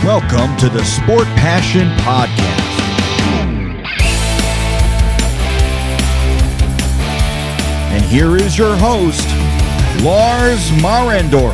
Welcome to the Sport Passion Podcast. And here is your host, Lars Marendorf.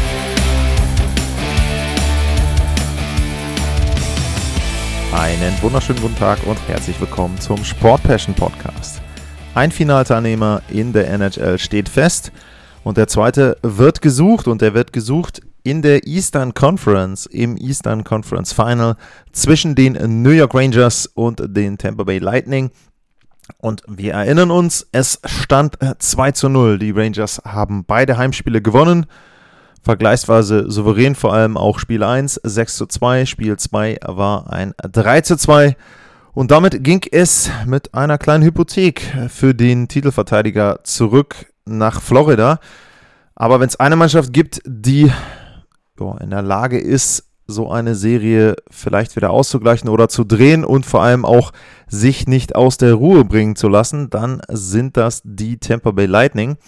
Einen wunderschönen guten Tag und herzlich willkommen zum Sport Passion Podcast. Ein Finalteilnehmer in der NHL steht fest und der zweite wird gesucht und der wird gesucht in der Eastern Conference, im Eastern Conference Final zwischen den New York Rangers und den Tampa Bay Lightning. Und wir erinnern uns, es stand 2:0. Die Rangers haben beide Heimspiele gewonnen, vergleichsweise souverän, vor allem auch Spiel 1 6:2, Spiel 2 war ein 3:2. Und damit ging es mit einer kleinen Hypothek für den Titelverteidiger zurück nach Florida. Aber wenn es eine Mannschaft gibt, die in der Lage ist, so eine Serie vielleicht wieder auszugleichen oder zu drehen und vor allem auch sich nicht aus der Ruhe bringen zu lassen, dann sind das die Tampa Bay Lightning.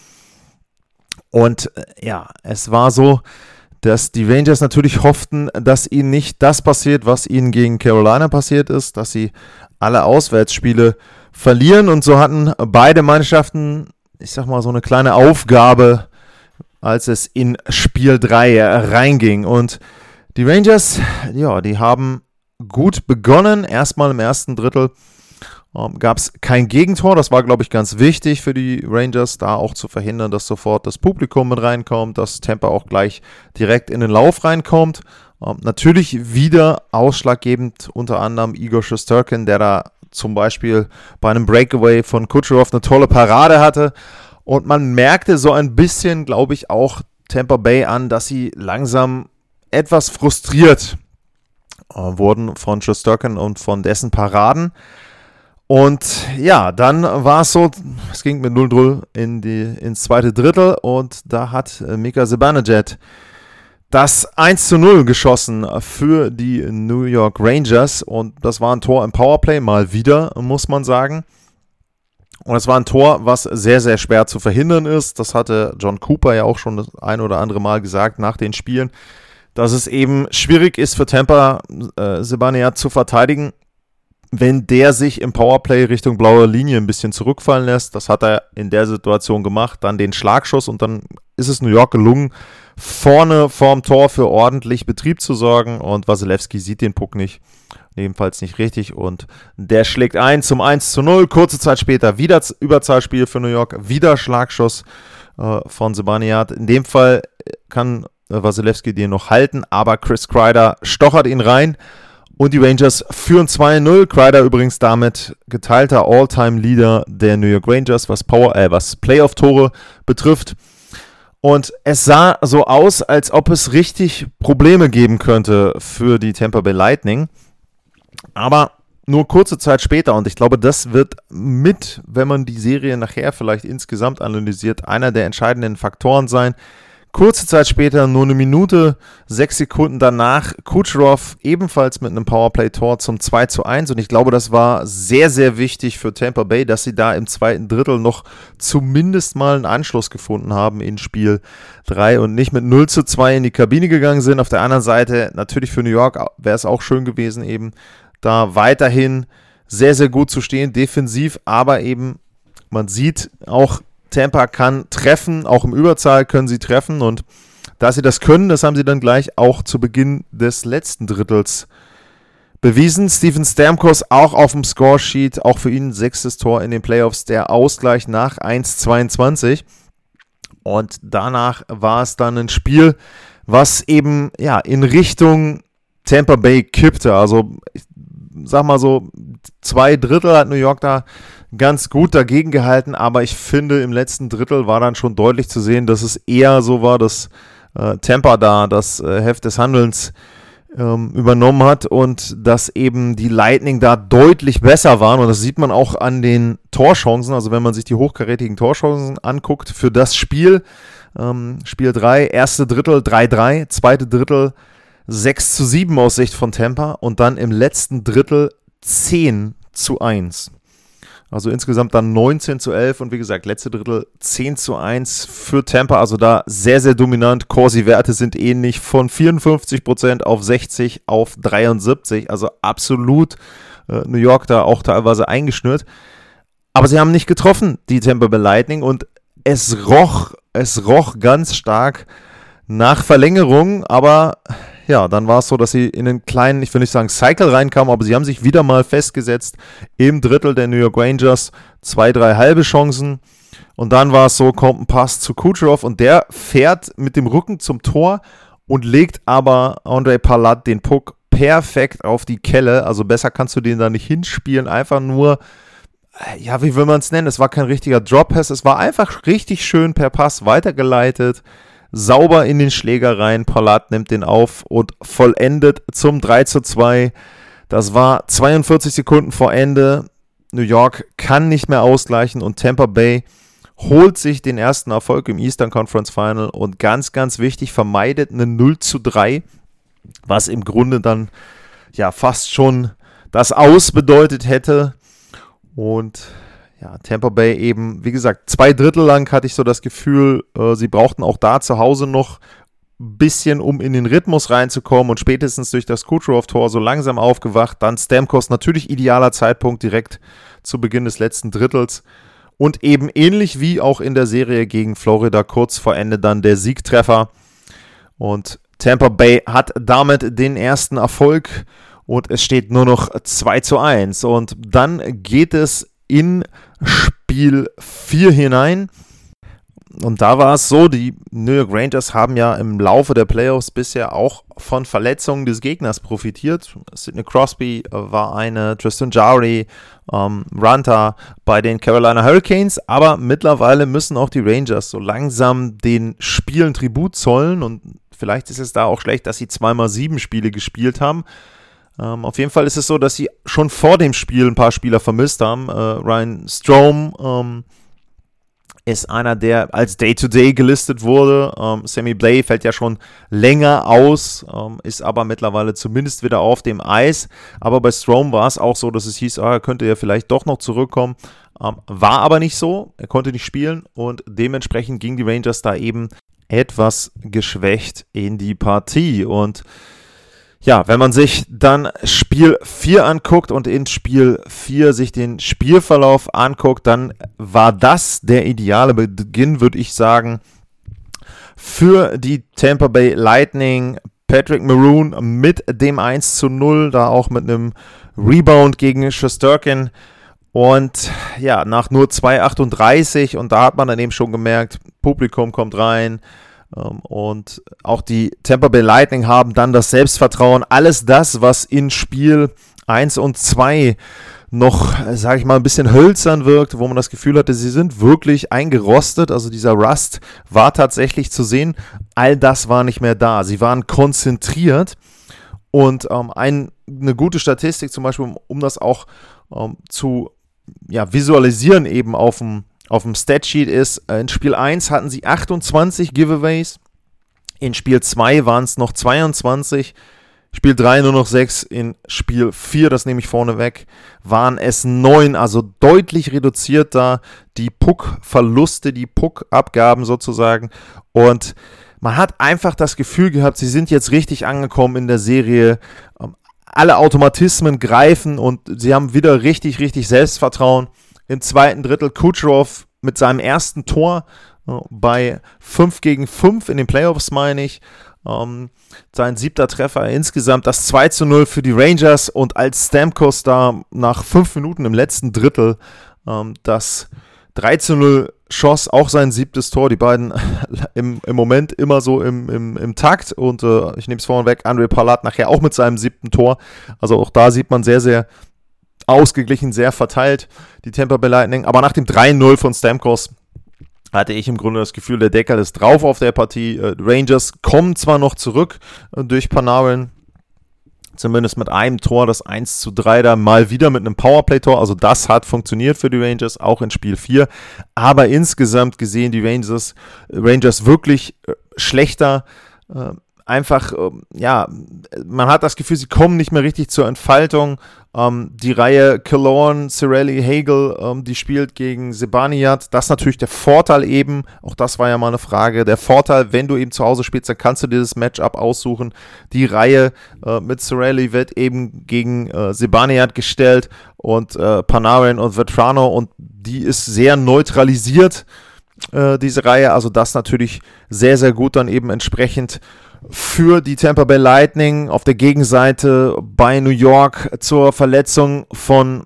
Und ja, es war so, dass die Rangers natürlich hofften, dass ihnen nicht das passiert, was ihnen gegen Carolina passiert ist, dass sie alle Auswärtsspiele verlieren. Und so hatten beide Mannschaften, ich sag mal, so eine kleine Aufgabe, als es in Spiel 3 reinging. Und die Rangers, ja, die haben gut begonnen. Erstmal im ersten Drittel gab es kein Gegentor. Das war, glaube ich, ganz wichtig für die Rangers, da auch zu verhindern, dass sofort das Publikum mit reinkommt, dass Tampa auch gleich direkt in den Lauf reinkommt. Natürlich wieder ausschlaggebend unter anderem Igor Shesterkin, der da zum Beispiel bei einem Breakaway von Kucherov eine tolle Parade hatte. Und man merkte so ein bisschen, glaube ich, auch Tampa Bay an, dass sie langsam etwas frustriert wurden von Shesterkin und von dessen Paraden. Und ja, dann war es so, es ging mit 0-0 ins zweite Drittel und da hat Mika Zibanejad das 1:0 geschossen für die New York Rangers. Und das war ein Tor im Powerplay, mal wieder, muss man sagen. Und es war ein Tor, was sehr, sehr schwer zu verhindern ist. Das hatte John Cooper ja auch schon das ein oder andere Mal gesagt nach den Spielen, dass es eben schwierig ist für Tampa, Zibanejad zu verteidigen, wenn der sich im Powerplay Richtung blaue Linie ein bisschen zurückfallen lässt. Das hat er in der Situation gemacht. Dann den Schlagschuss und dann ist es New York gelungen, vorne vorm Tor für ordentlich Betrieb zu sorgen. Und Wasilewski sieht den Puck nicht. Ebenfalls nicht richtig und der schlägt ein zum 1:0. Kurze Zeit später wieder Überzahlspiel für New York, wieder Schlagschuss von Zibanejad. In dem Fall kann Wasilewski den noch halten, aber Chris Kreider stochert ihn rein und die Rangers führen 2:0. Kreider übrigens damit geteilter All-Time-Leader der New York Rangers, was Playoff-Tore betrifft. Und es sah so aus, als ob es richtig Probleme geben könnte für die Tampa Bay Lightning. Aber nur kurze Zeit später, und ich glaube, das wird mit, wenn man die Serie nachher vielleicht insgesamt analysiert, einer der entscheidenden Faktoren sein. Kurze Zeit später, nur eine Minute, 6 Sekunden danach, Kucherov ebenfalls mit einem Powerplay-Tor zum 2:1. Und ich glaube, das war sehr, sehr wichtig für Tampa Bay, dass sie da im zweiten Drittel noch zumindest mal einen Anschluss gefunden haben in Spiel 3 und nicht mit 0:2 in die Kabine gegangen sind. Auf der anderen Seite, natürlich für New York wäre es auch schön gewesen, eben da weiterhin sehr, sehr gut zu stehen, defensiv, aber eben, man sieht auch, Tampa kann treffen, auch im Überzahl können sie treffen und dass sie das können, das haben sie dann gleich auch zu Beginn des letzten Drittels bewiesen. Steven Stamkos auch auf dem Scoresheet, auch für ihn 6. Tor in den Playoffs, der Ausgleich nach 1:22 und danach war es dann ein Spiel, was eben ja in Richtung Tampa Bay kippte, also ich sag mal so, 2 Drittel hat New York da ganz gut dagegen gehalten, aber ich finde, im letzten Drittel war dann schon deutlich zu sehen, dass es eher so war, dass Tampa da das Heft des Handelns übernommen hat und dass eben die Lightning da deutlich besser waren und das sieht man auch an den Torchancen, also wenn man sich die hochkarätigen Torchancen anguckt für das Spiel, Spiel 3, erste Drittel 3:3, zweite Drittel 6:7 aus Sicht von Tampa und dann im letzten Drittel 10:1. Also insgesamt dann 19-11 und wie gesagt, letzte Drittel 10-1 für Tampa. Also da sehr, sehr dominant. Corsi-Werte sind ähnlich von 54% auf 60 auf 73. Also absolut New York da auch teilweise eingeschnürt. Aber sie haben nicht getroffen, die Tampa Bay Lightning. Und es roch ganz stark nach Verlängerung. Aber ja, dann war es so, dass sie in einen kleinen, ich will nicht sagen Cycle reinkamen, aber sie haben sich wieder mal festgesetzt im Drittel der New York Rangers. 2-3 halbe Chancen. Und dann war es so, kommt ein Pass zu Kucherov und der fährt mit dem Rücken zum Tor und legt aber Ondrej Palat den Puck perfekt auf die Kelle. Also besser kannst du den da nicht hinspielen. Einfach nur, ja, wie will man es nennen? Es war kein richtiger Drop-Pass. Es war einfach richtig schön per Pass weitergeleitet. Sauber in den Schläger rein, Palat nimmt den auf und vollendet zum 3-2. Das war 42 Sekunden vor Ende. New York kann nicht mehr ausgleichen und Tampa Bay holt sich den ersten Erfolg im Eastern Conference Final und ganz, ganz wichtig, vermeidet eine 0-3, was im Grunde dann ja fast schon das Aus bedeutet hätte. Und ja, Tampa Bay eben, wie gesagt, 2 Drittel lang hatte ich so das Gefühl, sie brauchten auch da zu Hause noch ein bisschen, um in den Rhythmus reinzukommen und spätestens durch das Kucherov-Tor so langsam aufgewacht. Dann Stamkos, natürlich idealer Zeitpunkt direkt zu Beginn des letzten Drittels und eben ähnlich wie auch in der Serie gegen Florida kurz vor Ende dann der Siegtreffer und Tampa Bay hat damit den ersten Erfolg und es steht nur noch 2-1 und dann geht es in Spiel 4 hinein. Und da war es so, die New York Rangers haben ja im Laufe der Playoffs bisher auch von Verletzungen des Gegners profitiert. Sidney Crosby war eine, Tristan Jarry, Ranta bei den Carolina Hurricanes. Aber mittlerweile müssen auch die Rangers so langsam den Spielen Tribut zollen. Und vielleicht ist es da auch schlecht, dass sie 2x7 Spiele gespielt haben. Auf jeden Fall ist es so, dass sie schon vor dem Spiel ein paar Spieler vermisst haben. Ryan Strome ist einer, der als Day-to-Day gelistet wurde. Sammy Blais fällt ja schon länger aus, ist aber mittlerweile zumindest wieder auf dem Eis. Aber bei Strome war es auch so, dass es hieß, er könnte ja vielleicht doch noch zurückkommen. War aber nicht so, er konnte nicht spielen und dementsprechend gingen die Rangers da eben etwas geschwächt in die Partie. Und ja, wenn man sich dann Spiel 4 anguckt und in Spiel 4 sich den Spielverlauf anguckt, dann war das der ideale Beginn, würde ich sagen, für die Tampa Bay Lightning. Patrick Maroon mit dem 1-0, da auch mit einem Rebound gegen Shesterkin. Und ja, nach nur 2:38 und da hat man dann eben schon gemerkt, Publikum kommt rein. Und auch die Tampa Bay Lightning haben dann das Selbstvertrauen, alles das, was in Spiel 1 und 2 noch, sage ich mal, ein bisschen hölzern wirkt, wo man das Gefühl hatte, sie sind wirklich eingerostet, also dieser Rust war tatsächlich zu sehen, all das war nicht mehr da, sie waren konzentriert und eine gute Statistik zum Beispiel, um das auch zu visualisieren eben auf dem Statsheet ist, in Spiel 1 hatten sie 28 Giveaways, in Spiel 2 waren es noch 22, Spiel 3 nur noch 6, in Spiel 4, das nehme ich vorne weg, waren es 9, also deutlich reduziert da die Puck-Verluste, die Puck-Abgaben sozusagen und man hat einfach das Gefühl gehabt, sie sind jetzt richtig angekommen in der Serie, alle Automatismen greifen und sie haben wieder richtig, richtig Selbstvertrauen. Im zweiten Drittel Kucherov mit seinem ersten Tor bei 5-5 in den Playoffs, meine ich. Sein 7. Treffer insgesamt, das 2-0 für die Rangers und als Stamkos da nach 5 Minuten im letzten Drittel das 3-0 schoss, auch sein 7. Tor. Die beiden im Moment immer so im Takt und ich nehme es vorweg, Ondrej Palat nachher auch mit seinem 7. Tor. Also auch da sieht man sehr, sehr ausgeglichen, sehr verteilt, die Tampa Bay Lightning. Aber nach dem 3-0 von Stamkos hatte ich im Grunde das Gefühl, der Deckel ist drauf auf der Partie. Rangers kommen zwar noch zurück durch Panarin, zumindest mit einem Tor, das 1-3 da mal wieder mit einem Powerplay-Tor. Also das hat funktioniert für die Rangers, auch in Spiel 4. Aber insgesamt gesehen die Rangers wirklich schlechter, einfach, man hat das Gefühl, sie kommen nicht mehr richtig zur Entfaltung. Die Reihe Killorn, Cirelli, Hagel, die spielt gegen Zibanejad. Das ist natürlich der Vorteil eben, auch das war ja mal eine Frage, der Vorteil, wenn du eben zu Hause spielst, dann kannst du dir das Matchup aussuchen. Die Reihe mit Cirelli wird eben gegen Zibanejad gestellt und Panarin und Vetrano, und die ist sehr neutralisiert, diese Reihe. Also das natürlich sehr, sehr gut dann eben entsprechend für die Tampa Bay Lightning. Auf der Gegenseite bei New York zur Verletzung von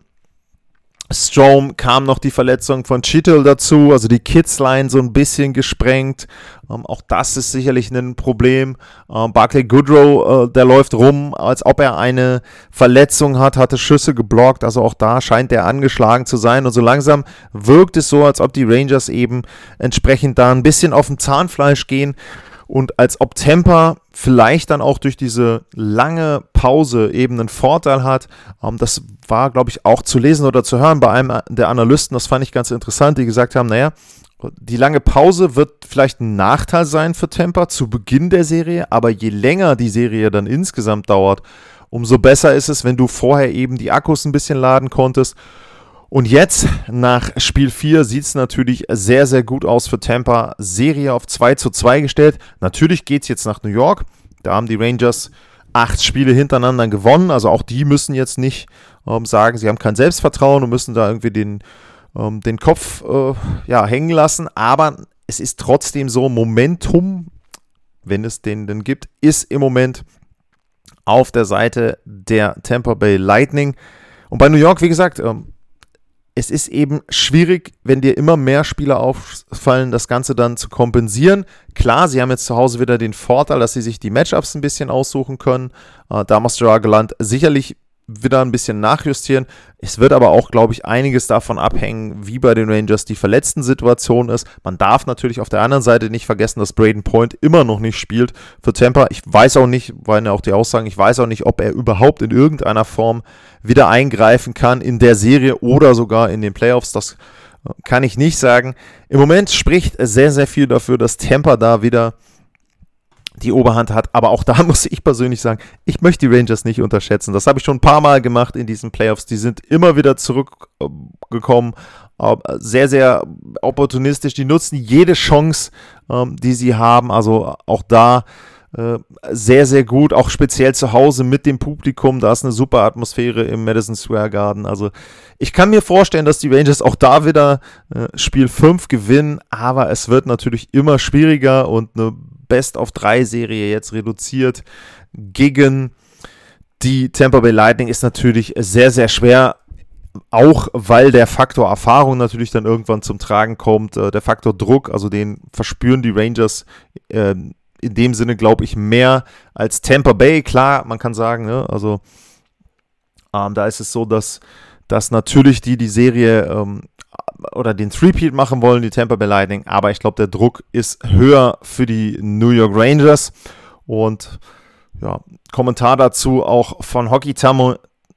Strome kam noch die Verletzung von Chytil dazu, also die Kids-Line so ein bisschen gesprengt. Auch das ist sicherlich ein Problem. Barclay Goodrow, der läuft rum, als ob er eine Verletzung hat, hatte Schüsse geblockt, also auch da scheint er angeschlagen zu sein, und so langsam wirkt es so, als ob die Rangers eben entsprechend da ein bisschen auf dem Zahnfleisch gehen. Und als ob Tampa vielleicht dann auch durch diese lange Pause eben einen Vorteil hat. Das war, glaube ich, auch zu lesen oder zu hören bei einem der Analysten. Das fand ich ganz interessant, die gesagt haben, naja, die lange Pause wird vielleicht ein Nachteil sein für Tampa zu Beginn der Serie, aber je länger die Serie dann insgesamt dauert, umso besser ist es, wenn du vorher eben die Akkus ein bisschen laden konntest. Und jetzt, nach Spiel 4, sieht es natürlich sehr, sehr gut aus für Tampa. Serie auf 2:2 gestellt. Natürlich geht es jetzt nach New York. Da haben die Rangers 8 Spiele hintereinander gewonnen. Also auch die müssen jetzt nicht sagen, sie haben kein Selbstvertrauen und müssen da irgendwie den Kopf hängen lassen. Aber es ist trotzdem so, Momentum, wenn es den denn gibt, ist im Moment auf der Seite der Tampa Bay Lightning. Und bei New York, wie gesagt, es ist eben schwierig, wenn dir immer mehr Spieler auffallen, das Ganze dann zu kompensieren. Klar, sie haben jetzt zu Hause wieder den Vorteil, dass sie sich die Matchups ein bisschen aussuchen können. Da muss Gerard Gallant sicherlich wieder ein bisschen nachjustieren. Es wird aber auch, glaube ich, einiges davon abhängen, wie bei den Rangers die Verletzten-Situation ist. Man darf natürlich auf der anderen Seite nicht vergessen, dass Brayden Point immer noch nicht spielt für Tampa. Ich weiß auch nicht, waren ja auch die Aussagen, ich weiß auch nicht, ob er überhaupt in irgendeiner Form wieder eingreifen kann in der Serie oder sogar in den Playoffs. Das kann ich nicht sagen. Im Moment spricht sehr, sehr viel dafür, dass Tampa da wieder die Oberhand hat, aber auch da muss ich persönlich sagen, ich möchte die Rangers nicht unterschätzen. Das habe ich schon ein paar Mal gemacht in diesen Playoffs. Die sind immer wieder zurückgekommen, sehr, sehr opportunistisch. Die nutzen jede Chance, die sie haben. Also auch da sehr, sehr gut, auch speziell zu Hause mit dem Publikum. Da ist eine super Atmosphäre im Madison Square Garden. Also ich kann mir vorstellen, dass die Rangers auch da wieder Spiel 5 gewinnen, aber es wird natürlich immer schwieriger und eine Best-of-3-Serie jetzt reduziert gegen die Tampa Bay Lightning ist natürlich sehr, sehr schwer, auch weil der Faktor Erfahrung natürlich dann irgendwann zum Tragen kommt, der Faktor Druck, also den verspüren die Rangers in dem Sinne, glaube ich, mehr als Tampa Bay. Klar, man kann sagen, ne, also da ist es so, dass natürlich die Serie oder den Three-Peat machen wollen, die Tampa Bay Lightning, aber ich glaube, der Druck ist höher für die New York Rangers. Und ja, Kommentar dazu auch von Hockey Tammo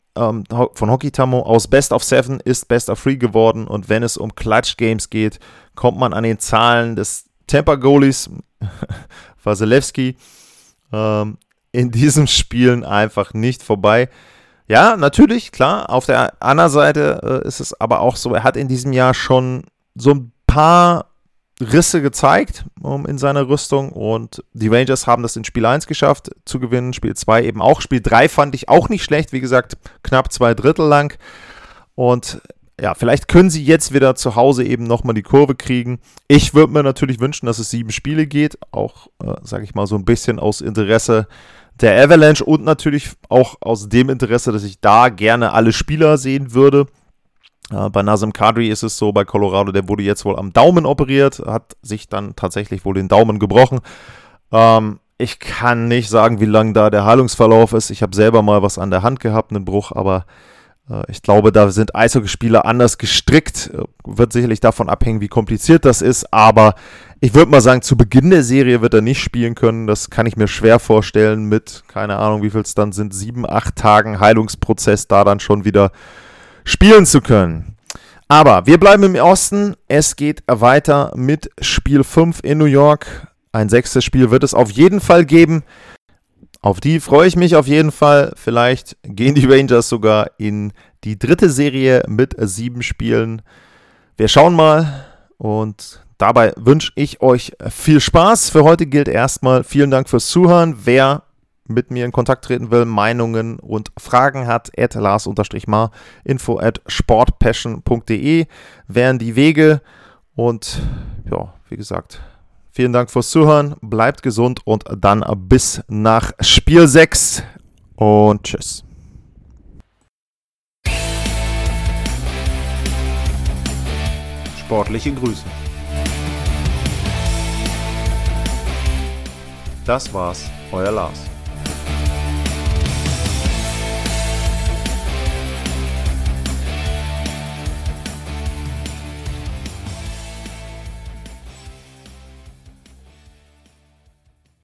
aus Best of 7 ist Best of 3 geworden, und wenn es um Clutch Games geht, kommt man an den Zahlen des Tampa Goalies Vasilevsky in diesen Spielen einfach nicht vorbei. Ja, natürlich, klar, auf der anderen Seite ist es aber auch so, er hat in diesem Jahr schon so ein paar Risse gezeigt in seiner Rüstung, und die Rangers haben das in Spiel 1 geschafft zu gewinnen, Spiel 2 eben auch, Spiel 3 fand ich auch nicht schlecht, wie gesagt, knapp 2/3 lang, und ja, vielleicht können sie jetzt wieder zu Hause eben nochmal die Kurve kriegen. Ich würde mir natürlich wünschen, dass es 7 Spiele geht, auch, sage ich mal, so ein bisschen aus Interesse der Avalanche und natürlich auch aus dem Interesse, dass ich da gerne alle Spieler sehen würde. Bei Nazem Kadri ist es so, bei Colorado, der wurde jetzt wohl am Daumen operiert, hat sich dann tatsächlich wohl den Daumen gebrochen. Ich kann nicht sagen, wie lang da der Heilungsverlauf ist. Ich habe selber mal was an der Hand gehabt, einen Bruch, aber ich glaube, da sind Eishockeyspieler anders gestrickt. Wird sicherlich davon abhängen, wie kompliziert das ist, aber ich würde mal sagen, zu Beginn der Serie wird er nicht spielen können. Das kann ich mir schwer vorstellen mit, keine Ahnung, wie viel es dann sind, 7-8 Tagen Heilungsprozess, da dann schon wieder spielen zu können. Aber wir bleiben im Osten. Es geht weiter mit Spiel 5 in New York. Ein 6. Spiel wird es auf jeden Fall geben. Auf die freue ich mich auf jeden Fall. Vielleicht gehen die Rangers sogar in die 3. Serie mit 7 Spielen. Wir schauen mal und dabei wünsche ich euch viel Spaß. Für heute gilt erstmal vielen Dank fürs Zuhören. Wer mit mir in Kontakt treten will, Meinungen und Fragen hat, @Lars_Mar, info@sportpassion.de wären die Wege. Und ja, wie gesagt, vielen Dank fürs Zuhören, bleibt gesund und dann bis nach Spiel 6 und tschüss. Sportliche Grüße. Das war's, euer Lars.